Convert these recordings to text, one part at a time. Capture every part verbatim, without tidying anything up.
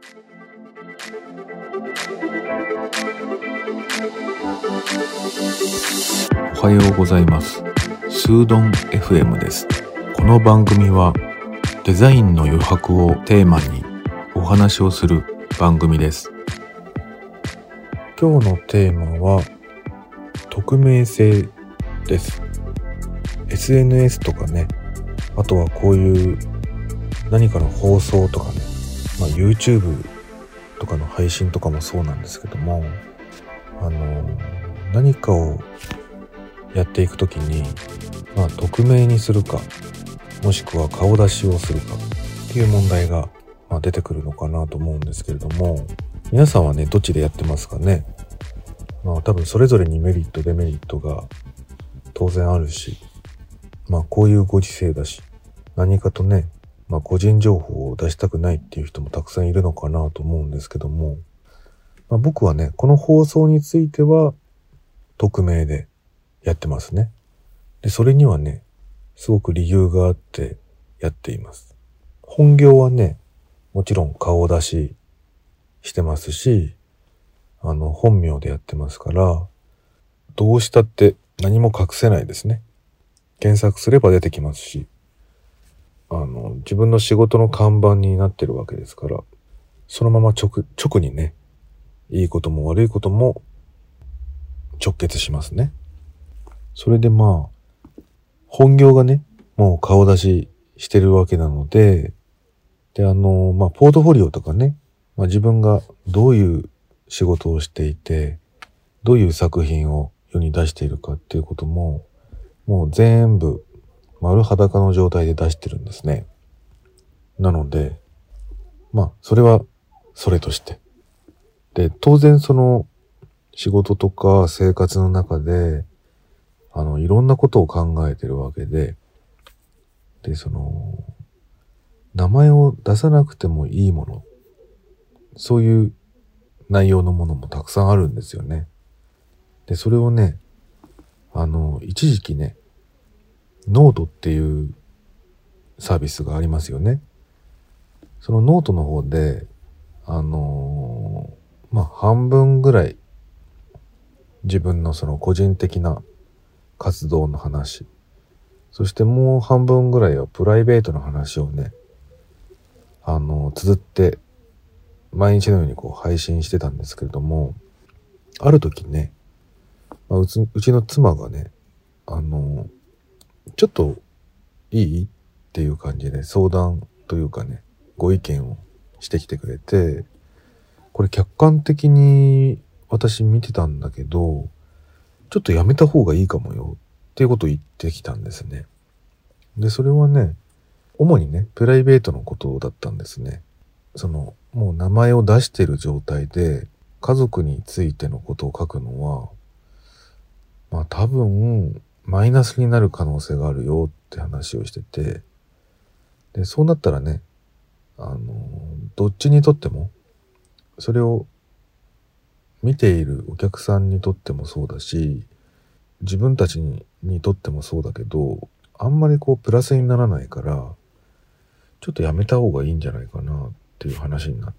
おはようございます。スードン エフエム です。この番組はデザインの余白をテーマにお話をする番組です。今日のテーマは匿名性です。 エスエヌエス とかね、あとはこういう何かの放送とかね、まあ、YouTube とかの配信とかもそうなんですけども、あの何かをやっていくときに、まあ、匿名にするか、もしくは顔出しをするかっていう問題が、まあ、出てくるのかなと思うんですけれども、皆さんはね、どっちでやってますかね。まあ、多分それぞれにメリットデメリットが当然あるし、まあこういうご時世だし、何かとね、まあ個人情報を出したくないっていう人もたくさんいるのかなと思うんですけども、まあ、僕はね、この放送については匿名でやってますね。で、それにはね、すごく理由があってやっています。本業はね、もちろん顔出ししてますし、あの、本名でやってますから、どうしたって何も隠せないですね。検索すれば出てきますし、あの、自分の仕事の看板になってるわけですから、そのまま直、直にね、いいことも悪いことも直結しますね。それでまあ、本業がね、もう顔出ししてるわけなので、で、あの、まあ、ポートフォリオとかね、まあ、自分がどういう仕事をしていて、どういう作品を世に出しているかっていうことも、もう全部丸裸の状態で出してるんですね。なので、まあ、それはそれとして。で、当然その仕事とか生活の中で、あの、いろんなことを考えてるわけで、で、その、名前を出さなくてもいいもの、そういう内容のものもたくさんあるんですよね。で、それをね、あの、一時期ね、ノートっていうサービスがありますよね。そのノートの方で、あのー、まあ、半分ぐらい自分のその個人的な活動の話、そしてもう半分ぐらいはプライベートの話をね、あのー、綴って毎日のようにこう配信してたんですけれども、ある時ね、まあ、うち、うちの妻がね、あのー、ちょっといいっていう感じで相談というかね、ご意見をしてきてくれて、これ客観的に私見てたんだけど、ちょっとやめた方がいいかもよっていうことを言ってきたんですね。で、それはね、主にね、プライベートのことだったんですね。その、もう名前を出している状態で家族についてのことを書くのは、まあ多分マイナスになる可能性があるよって話をしてて、で、そうなったらね、あの、どっちにとっても、それを見ているお客さんにとってもそうだし、自分たちに、にとってもそうだけど、あんまりこうプラスにならないから、ちょっとやめた方がいいんじゃないかなっていう話になって、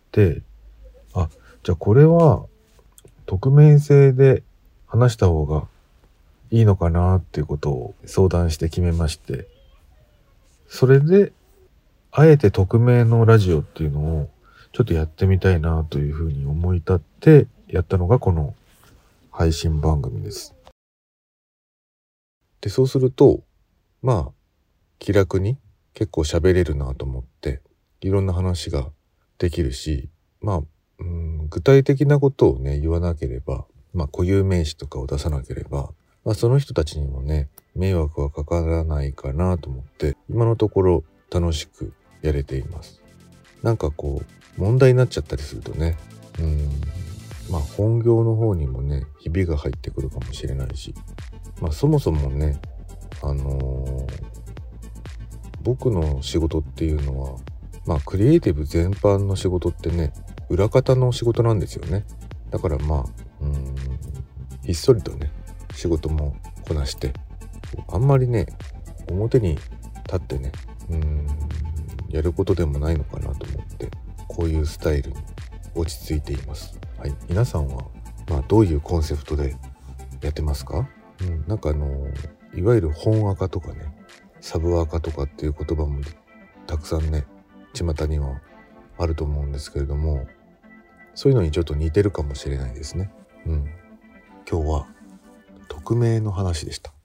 あ、じゃあこれは匿名性で話した方がいいのかなっていうことを相談して決めまして、それであえて匿名のラジオっていうのをちょっとやってみたいなというふうに思い立ってやったのがこの配信番組です。で、そうすると、まあ、気楽に結構喋れるなと思って、いろんな話ができるし、まあ、うん、具体的なことをね、言わなければ、まあ、固有名詞とかを出さなければ、まあ、その人たちにもね、迷惑はかからないかなと思って、今のところ楽しくやれています。なんかこう問題になっちゃったりするとね、うーんまあ本業の方にもねひびが入ってくるかもしれないし、まあそもそもね、あのー、僕の仕事っていうのは、まあクリエイティブ全般の仕事ってね、裏方の仕事なんですよね。だからまあうーんひっそりとね仕事もこなして、あんまりね表に立ってね、うーんやることでもないのかなと思って、こういうスタイルに落ち着いています。はい、皆さんは、まあ、どういうコンセプトでやってますか？うん、なんかあのいわゆる本赤とかね、サブ赤とかっていう言葉もたくさんね、巷にはあると思うんですけれども、そういうのにちょっと似てるかもしれないですね。うん、今日は匿名の話でした。